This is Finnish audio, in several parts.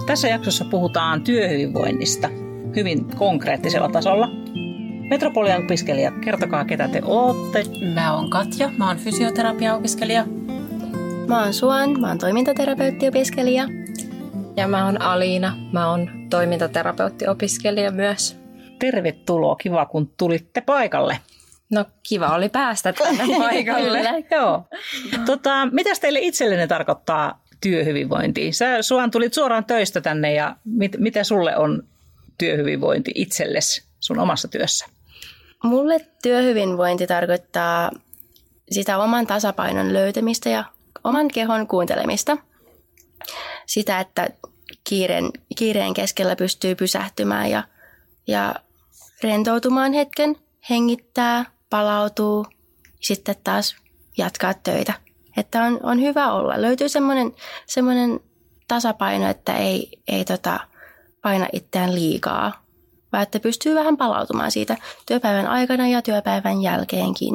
Tässä jaksossa puhutaan työhyvinvoinnista hyvin konkreettisella tasolla. Metropolian opiskelijat, kertokaa ketä te ootte. Mä oon Katja, mä oon fysioterapiaopiskelija. Mä oon Suan, mä oon toimintaterapeuttiopiskelija. Ja mä oon Aliina, mä oon toimintaterapeuttiopiskelija myös. Tervetuloa, kiva kun tulitte paikalle. No kiva oli päästä tänne paikalle. Joo. Mitäs teille itsellenne tarkoittaa työhyvinvointi? Sä Suan tulit suoraan töistä tänne ja mitä sulle on työhyvinvointi itsellesi sun omassa työssä? Mulle työhyvinvointi tarkoittaa sitä oman tasapainon löytämistä ja oman kehon kuuntelemista. Sitä, että kiireen keskellä pystyy pysähtymään ja rentoutumaan hetken, hengittää, palautuu, sitten taas jatkaa töitä. Että on hyvä olla. Löytyy semmoinen tasapaino, että ei paina itseään liikaa, vaan että pystyy vähän palautumaan siitä työpäivän aikana ja työpäivän jälkeenkin.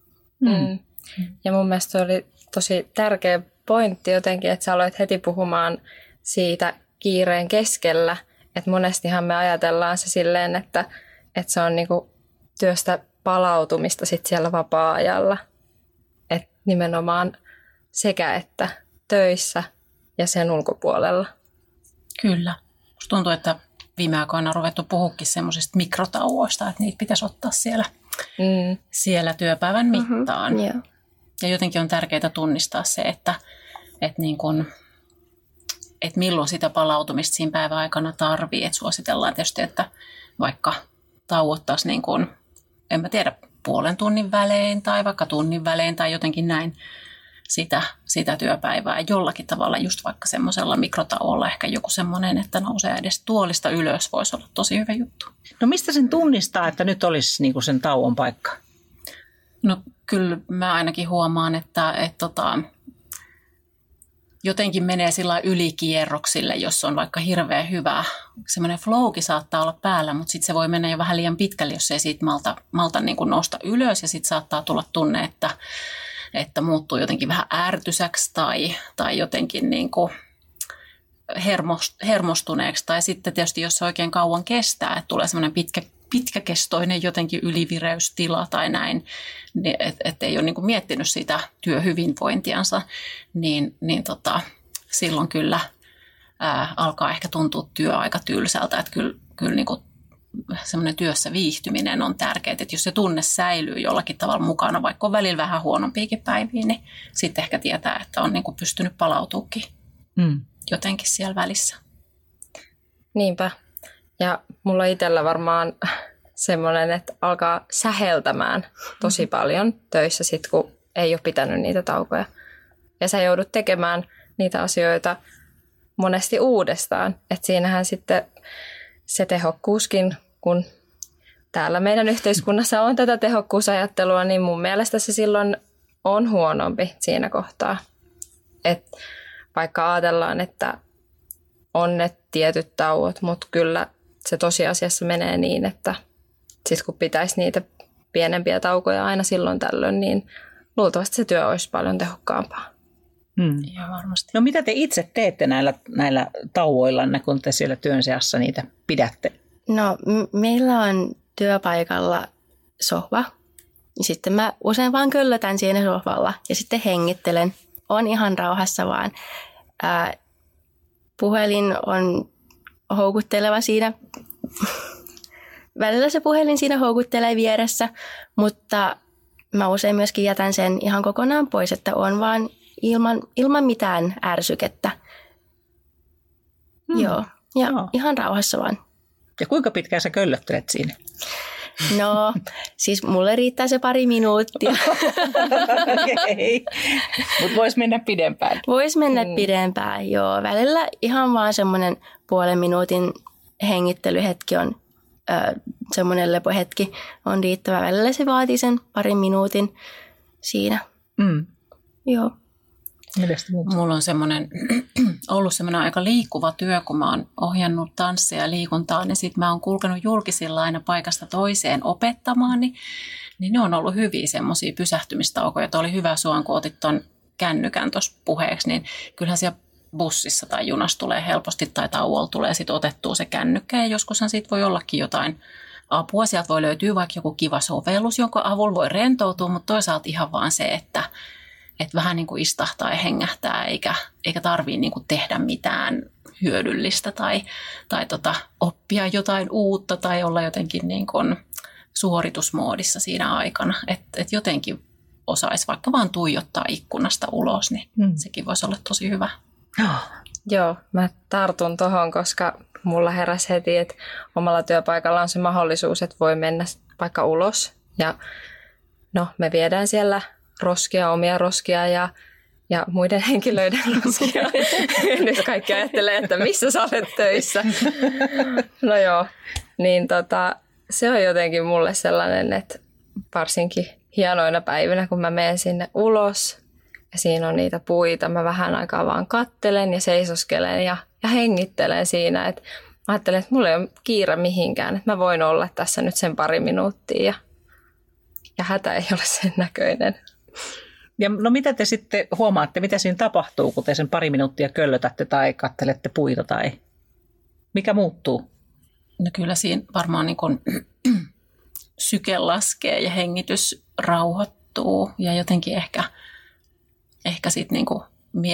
Ja mun mielestä se oli tosi tärkeä pointti jotenkin, että sä aloit heti puhumaan siitä kiireen keskellä. Että monestihan me ajatellaan se silleen, että se on niinku työstä palautumista sit siellä vapaa-ajalla. Että nimenomaan sekä että töissä ja sen ulkopuolella. Kyllä. Musta tuntuu, että viime aikoina on ruvettu puhukin semmoisista mikrotauoista, että niitä pitäisi ottaa siellä työpäivän mittaan. Yeah. Ja jotenkin on tärkeää tunnistaa se, että milloin sitä palautumista siinä päivän aikana tarvii. Että suositellaan tietysti, että vaikka tauottaisi niin kuin, en mä tiedä, puolen tunnin välein tai vaikka tunnin välein tai jotenkin näin sitä työpäivää. Ja jollakin tavalla just vaikka semmoisella mikrotauolla ehkä joku semmoinen, että nousee edes tuolista ylös, voisi olla tosi hyvä juttu. No mistä sen tunnistaa, että nyt olisi niinku sen tauon paikka? No kyllä mä ainakin huomaan, että jotenkin menee sillä ylikierroksille, jos on vaikka hirveän hyvä. Semmoinen flowkin saattaa olla päällä, mutta sitten se voi mennä jo vähän liian pitkälle, jos ei siitä malta niin kuin nousta ylös. Ja sitten saattaa tulla tunne, että muuttuu jotenkin vähän ärtysäksi tai jotenkin niin kuin hermostuneeksi. Tai sitten tietysti, jos se oikein kauan kestää, että tulee semmoinen pitkäkestoinen jotenkin ylivireystila tai näin, että ei ole niin kuin miettinyt sitä työhyvinvointiansa, niin silloin kyllä alkaa ehkä tuntua työ aika tylsältä, että kyllä niin kuin semmoinen työssä viihtyminen on tärkeää, että jos se tunne säilyy jollakin tavalla mukana, vaikka on välillä vähän huonompiakin päiviä, niin sitten ehkä tietää, että on niin kuin pystynyt palautuukin jotenkin siellä välissä. Niinpä. Ja mulla itsellä varmaan semmoinen, että alkaa säheltämään tosi paljon töissä sit, kun ei ole pitänyt niitä taukoja. Ja sä joudut tekemään niitä asioita monesti uudestaan. Että siinähän sitten se tehokkuuskin, kun täällä meidän yhteiskunnassa on tätä tehokkuusajattelua, niin mun mielestä se silloin on huonompi siinä kohtaa. Et vaikka ajatellaan, että on ne tietyt tauot, mutta kyllä se tosiasiassa menee niin, että sit kun pitäisi niitä pienempiä taukoja aina silloin tällöin, niin luultavasti se työ olisi paljon tehokkaampaa. Ihan varmasti. No mitä te itse teette näillä tauoillanne, kun te siellä työn seassa niitä pidätte? No meillä on työpaikalla sohva. Sitten mä usein vaan köllötän siinä sohvalla ja sitten hengittelen. On ihan rauhassa vaan. Puhelin on houkutteleva siinä. Välillä se puhelin siinä houkuttelee vieressä, mutta mä usein myöskin jätän sen ihan kokonaan pois, että on vaan ilman mitään ärsykettä. Joo, ja ihan rauhassa vaan. Ja kuinka pitkään sä köllöttelet siinä? No, siis mulle riittää se 2 minuuttia. Okei. Mutta voisi mennä pidempään. Voisi mennä pidempään, joo. Välillä ihan vaan semmoinen 0,5 minuutin hengittelyhetki on semmoinen lepohetki on riittävä. Välillä se vaatii sen 2 minuutin siinä. Joo. Mulla on ollut semmoinen aika liikkuva työ, kun mä oon ohjannut tanssia ja liikuntaa, niin sit mä oon kulkenut julkisilla aina paikasta toiseen opettamaan, niin ne on ollut hyviä semmoisia pysähtymistaukoja. Että oli hyvä Suan, kun otit ton kännykän tuossa puheeksi, niin kyllähän siellä bussissa tai junassa tulee helposti tai tauolla tulee sitten otettua se kännykkä ja joskushan siitä voi ollakin jotain apua. Sieltä voi löytyä vaikka joku kiva sovellus, jonka avulla voi rentoutua, mutta toisaalta ihan vaan se, että vähän niin kuin istahtaa ja hengähtää eikä tarvitse niin kuin tehdä mitään hyödyllistä tai oppia jotain uutta tai olla jotenkin niin kuin suoritusmoodissa siinä aikana. Että jotenkin osaisi vaikka vaan tuijottaa ikkunasta ulos, niin sekin voisi olla tosi hyvä. Joo, mä tartun tohon, koska mulla heräsi heti, että omalla työpaikalla on se mahdollisuus, että voi mennä vaikka ulos. Ja no, me viedään siellä roskia, omia roskia ja muiden henkilöiden roskia. Nyt kaikki ajattelee, että missä sä olet töissä. No joo, niin se on jotenkin mulle sellainen, että varsinkin hienoina päivinä, kun mä menen sinne ulos ja siinä on niitä puita, mä vähän aikaa vaan kattelen ja seisoskelen ja hengittelen siinä, että mä ajattelen, että mulla ei ole kiire mihinkään, että mä voin olla tässä nyt sen pari minuuttia ja hätä ei ole sen näköinen. Ja no mitä te sitten huomaatte, mitä siinä tapahtuu, kun te sen pari minuuttia köllötätte tai kattelette puita tai mikä muuttuu? No kyllä siinä varmaan niin kuin syke laskee ja hengitys rauhoittuu ja jotenkin ehkä sitten niin kuin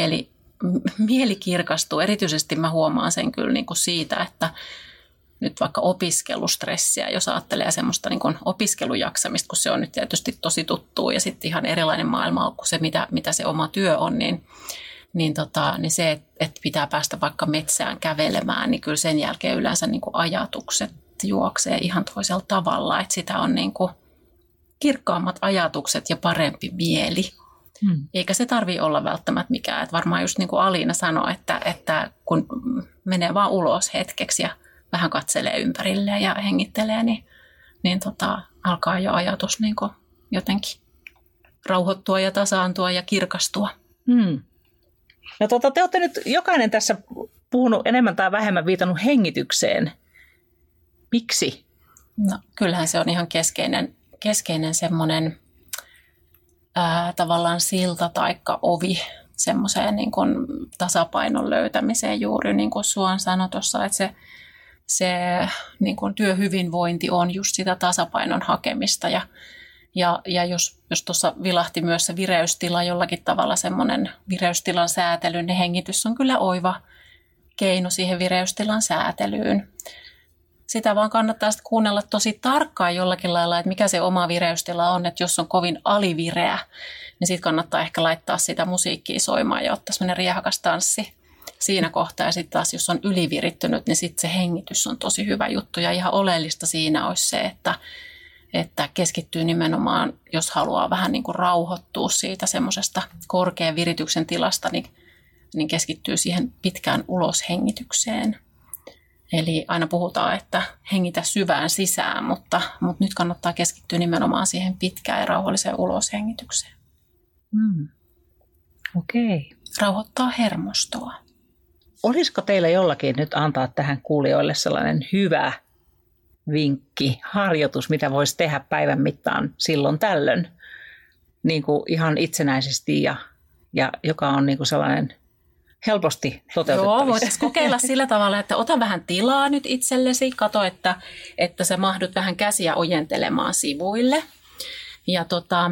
mieli kirkastuu. Erityisesti mä huomaan sen kyllä niin kuin siitä, että nyt vaikka opiskelustressiä, jos ajattelee semmoista niin kuin opiskelujaksamista, kun se on nyt tietysti tosi tuttua ja sitten ihan erilainen maailma kuin se, mitä se oma työ on, niin se, että pitää päästä vaikka metsään kävelemään, niin kyllä sen jälkeen yleensä niin kuin ajatukset juoksee ihan toisella tavalla, että sitä on niin kuin kirkkaammat ajatukset ja parempi mieli. Eikä se tarvitse olla välttämättä mikään, että varmaan just niin kuin Aliina sanoi, että kun menee vaan ulos hetkeksi ja vähän katselee ympärilleen ja hengittelee, niin alkaa jo ajatus niin kuin jotenkin rauhoittua ja tasaantua ja kirkastua. No te olette nyt jokainen tässä puhunut enemmän tai vähemmän viitannut hengitykseen. Miksi? No kyllähän se on ihan keskeinen semmoinen tavallaan silta taikka ovi semmoiseen niin kuin tasapainon löytämiseen juuri niin kuin Suon sanoi tuossa, että se niin kuin työhyvinvointi on just sitä tasapainon hakemista ja jos tuossa vilahti myös se vireystila jollakin tavalla semmoinen vireystilan säätely, niin hengitys on kyllä oiva keino siihen vireystilan säätelyyn. Sitä vaan kannattaa sitten kuunnella tosi tarkkaan jollakin lailla, että mikä se oma vireystila on, että jos on kovin alivireä, niin sitten kannattaa ehkä laittaa sitä musiikkia soimaan ja ottaa semmoinen riehakas tanssi siinä kohtaa. Ja sitten taas, jos on ylivirittynyt, niin sitten se hengitys on tosi hyvä juttu. Ja ihan oleellista siinä olisi se, että keskittyy nimenomaan, jos haluaa vähän niin kuin rauhoittua siitä semmoisesta korkean virityksen tilasta, niin keskittyy siihen pitkään uloshengitykseen. Eli aina puhutaan, että hengitä syvään sisään, mutta nyt kannattaa keskittyä nimenomaan siihen pitkään ja rauhalliseen uloshengitykseen. Okei. Rauhoittaa hermostoa. Olisiko teillä jollakin nyt antaa tähän kuulijoille sellainen hyvä vinkki, harjoitus, mitä voisi tehdä päivän mittaan silloin tällöin, niin kuin ihan itsenäisesti ja joka on niin kuin sellainen helposti toteutettavissa? Joo, voitaisiin kokeilla sillä tavalla, että ota vähän tilaa nyt itsellesi, kato, että sä mahdut vähän käsiä ojentelemaan sivuille ja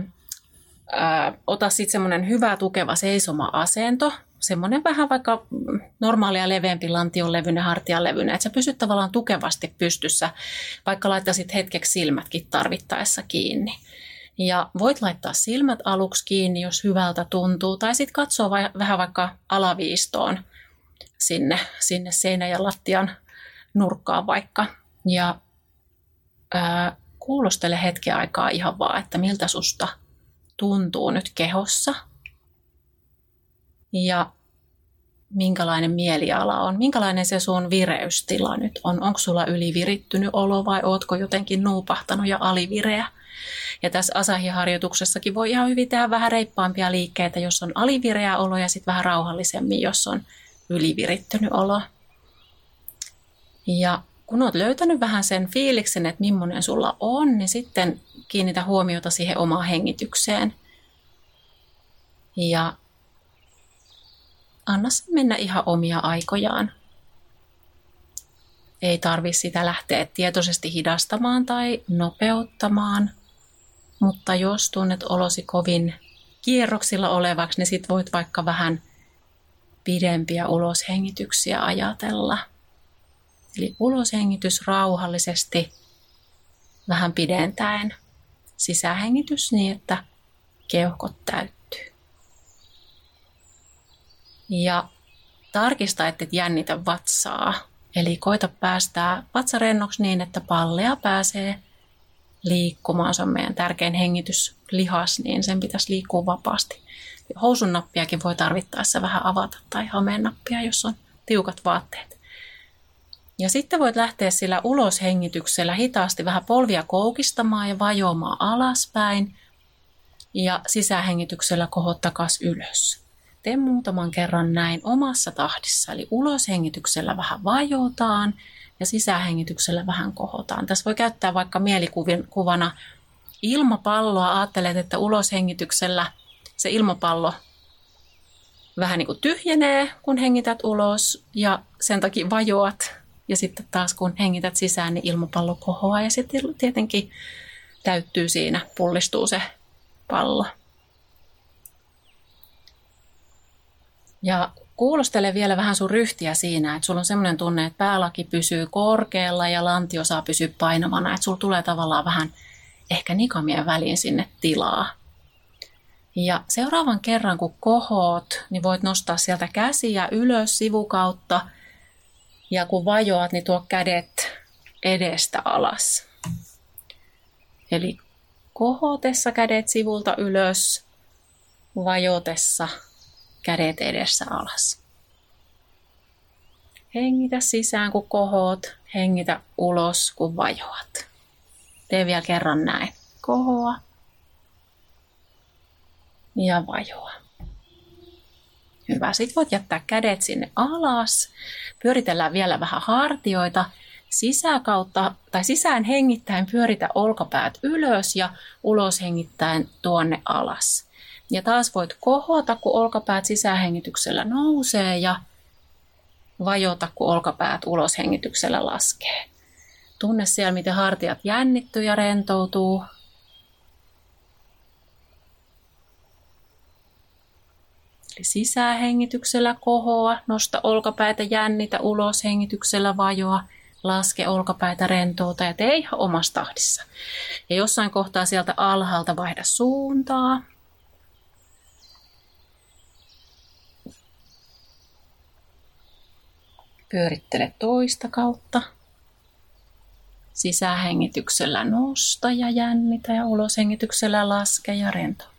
ota sitten semmoinen hyvä tukeva seisoma-asento, semmoinen vähän vaikka normaalia leveämpi lantionlevyinen, hartianlevyinen, että sä pysyt tavallaan tukevasti pystyssä, vaikka laittaisit hetkeksi silmätkin tarvittaessa kiinni. Ja voit laittaa silmät aluksi kiinni, jos hyvältä tuntuu, tai sitten katsoa vähän vaikka alaviistoon sinne seinän ja lattian nurkkaan vaikka. Ja kuulostele hetken aikaa ihan vaan, että miltä susta tuntuu nyt kehossa. Ja minkälainen mieliala on, minkälainen se sun vireystila nyt on. Onko sulla ylivirittynyt olo vai ootko jotenkin nuupahtanut ja alivireä? Ja tässä Asahi-harjoituksessakin voi ihan hyvin tehdä vähän reippaampia liikkeitä, jos on alivireä olo ja sitten vähän rauhallisemmin, jos on ylivirittynyt olo. Ja kun olet löytänyt vähän sen fiiliksen, että millainen sulla on, niin sitten kiinnitä huomiota siihen omaan hengitykseen. Ja anna se mennä ihan omia aikojaan. Ei tarvitse sitä lähteä tietoisesti hidastamaan tai nopeuttamaan, mutta jos tunnet olosi kovin kierroksilla olevaksi, niin sit voit vaikka vähän pidempiä uloshengityksiä ajatella. Eli uloshengitys rauhallisesti, vähän pidentäen. Sisähengitys niin, että keuhkot täyttyy. Ja tarkista, et jännitä vatsaa. Eli koita päästää vatsa rennoksi niin, että pallea pääsee liikkumaan. Se on meidän tärkein hengityslihas, niin sen pitäisi liikkua vapaasti. Housun nappiakin voi tarvittaessa vähän avata tai hameen nappia, jos on tiukat vaatteet. Ja sitten voit lähteä sillä uloshengityksellä hitaasti vähän polvia koukistamaan ja vajoamaan alaspäin. Ja sisähengityksellä kohot takaisin ylös. Tee muutaman kerran näin omassa tahdissa. Eli uloshengityksellä vähän vajotaan ja sisähengityksellä vähän kohotaan. Tässä voi käyttää vaikka mielikuvana ilmapalloa. Ajattelet, että uloshengityksellä se ilmapallo vähän niin kuin tyhjenee, kun hengität ulos ja sen takia vajoat. Ja sitten taas kun hengität sisään, niin ilmapallo kohoaa ja sitten tietenkin täyttyy siinä, pullistuu se pallo. Ja kuulostele vielä vähän sun ryhtiä siinä, että sulla on semmoinen tunne, että päälaki pysyy korkealla ja lantio saa pysyä painavana. Että sulla tulee tavallaan vähän ehkä nikamien väliin sinne tilaa. Ja seuraavan kerran kun kohoot, niin voit nostaa sieltä käsiä ylös sivukautta. Ja kun vajoat, niin tuo kädet edestä alas. Eli kohotessa kädet sivulta ylös, vajotessa kädet edessä alas. Hengitä sisään kun kohoot, hengitä ulos kun vajoat. Tee vielä kerran näin. Kohoa ja vajoa. Hyvä. Sitten voit jättää kädet sinne alas. Pyöritellään vielä vähän hartioita. Sisäkautta tai sisään hengittäen pyöritä olkapäät ylös ja ulos hengittäen tuonne alas. Ja taas voit kohota, kun olkapäät sisähengityksellä nousee ja vajota, kun olkapäät uloshengityksellä laskee. Tunne siellä, miten hartiat jännittyy ja rentoutuu. Eli sisähengityksellä kohoa, nosta olkapäitä, jännitä, uloshengityksellä vajoa, laske olkapäitä, rentouta ja tee ihan omassa tahdissa. Ja jossain kohtaa sieltä alhaalta vaihda suuntaa. Pyörittele toista kautta. Sisähengityksellä nosta ja jännitä ja uloshengityksellä laske ja rentouta.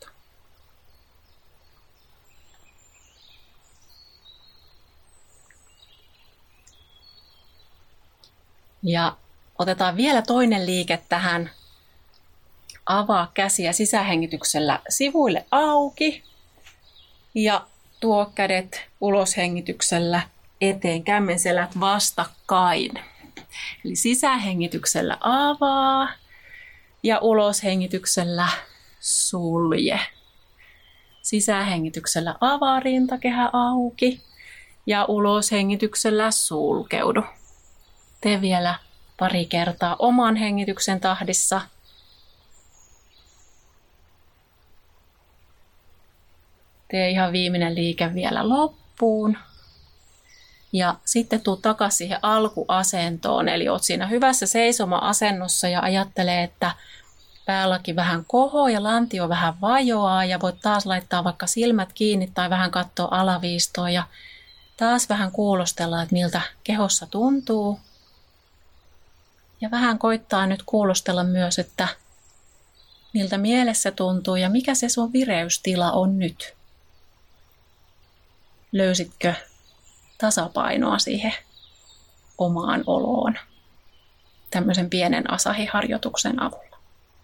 Ja otetaan vielä toinen liike tähän. Avaa käsiä sisähengityksellä sivuille auki ja tuo kädet uloshengityksellä eteen, kämmenselät vastakkain. Eli sisähengityksellä avaa ja uloshengityksellä sulje. Sisähengityksellä avaa rintakehä auki ja uloshengityksellä sulkeudu. Tee vielä pari kertaa oman hengityksen tahdissa. Tee ihan viimeinen liike vielä loppuun. Ja sitten tuu takaisin siihen alkuasentoon. Eli oot siinä hyvässä seisoma-asennossa ja ajattelee, että päälaki vähän kohoo ja lantio vähän vajoaa. Ja voit taas laittaa vaikka silmät kiinni tai vähän katsoa alaviistoa. Ja taas vähän kuulostella, että miltä kehossa tuntuu. Ja vähän koittaa nyt kuulostella myös, että miltä mielessä tuntuu ja mikä se sun vireystila on nyt. Löysitkö tasapainoa siihen omaan oloon tämmöisen pienen asahiharjoituksen avulla?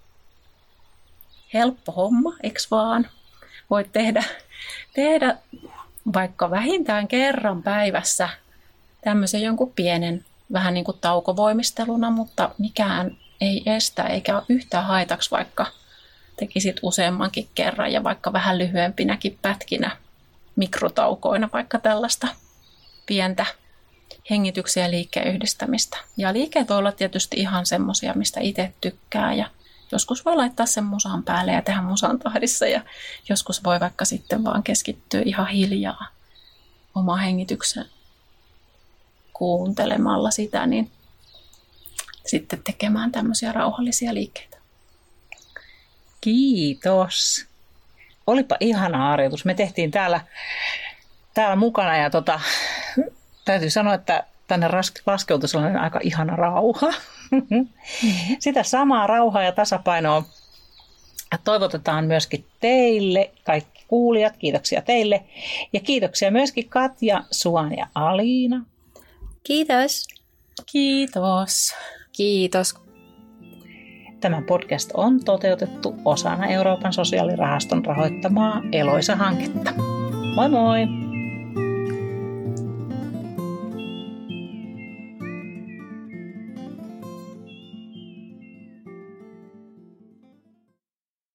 Helppo homma, eks vaan? Voit tehdä vaikka vähintään kerran päivässä tämmöisen jonkun pienen vähän niin kuin taukovoimisteluna, mutta mikään ei estä eikä ole yhtään haitaksi, vaikka tekisit useammankin kerran ja vaikka vähän lyhyempinäkin pätkinä mikrotaukoina vaikka tällaista pientä hengityksen ja liikkeen yhdistämistä. Ja liikkeet voi olla tietysti ihan semmoisia, mistä itse tykkää ja joskus voi laittaa sen musan päälle ja tehdä musan tahdissa ja joskus voi vaikka sitten vaan keskittyä ihan hiljaa oma hengityksen kuuntelemalla sitä, niin sitten tekemään tämmöisiä rauhallisia liikkeitä. Kiitos. Olipa ihana harjoitus. Me tehtiin täällä mukana ja täytyy sanoa, että tänne laskeutui sellainen aika ihana rauha. Sitä samaa rauhaa ja tasapainoa toivotetaan myöskin teille, kaikki kuulijat. Kiitoksia teille. Ja kiitoksia myöskin Katja, Suan ja Aliina. Kiitos. Kiitos. Kiitos. Tämä podcast on toteutettu osana Euroopan sosiaalirahaston rahoittamaa Eloisa-hanketta. Moi moi!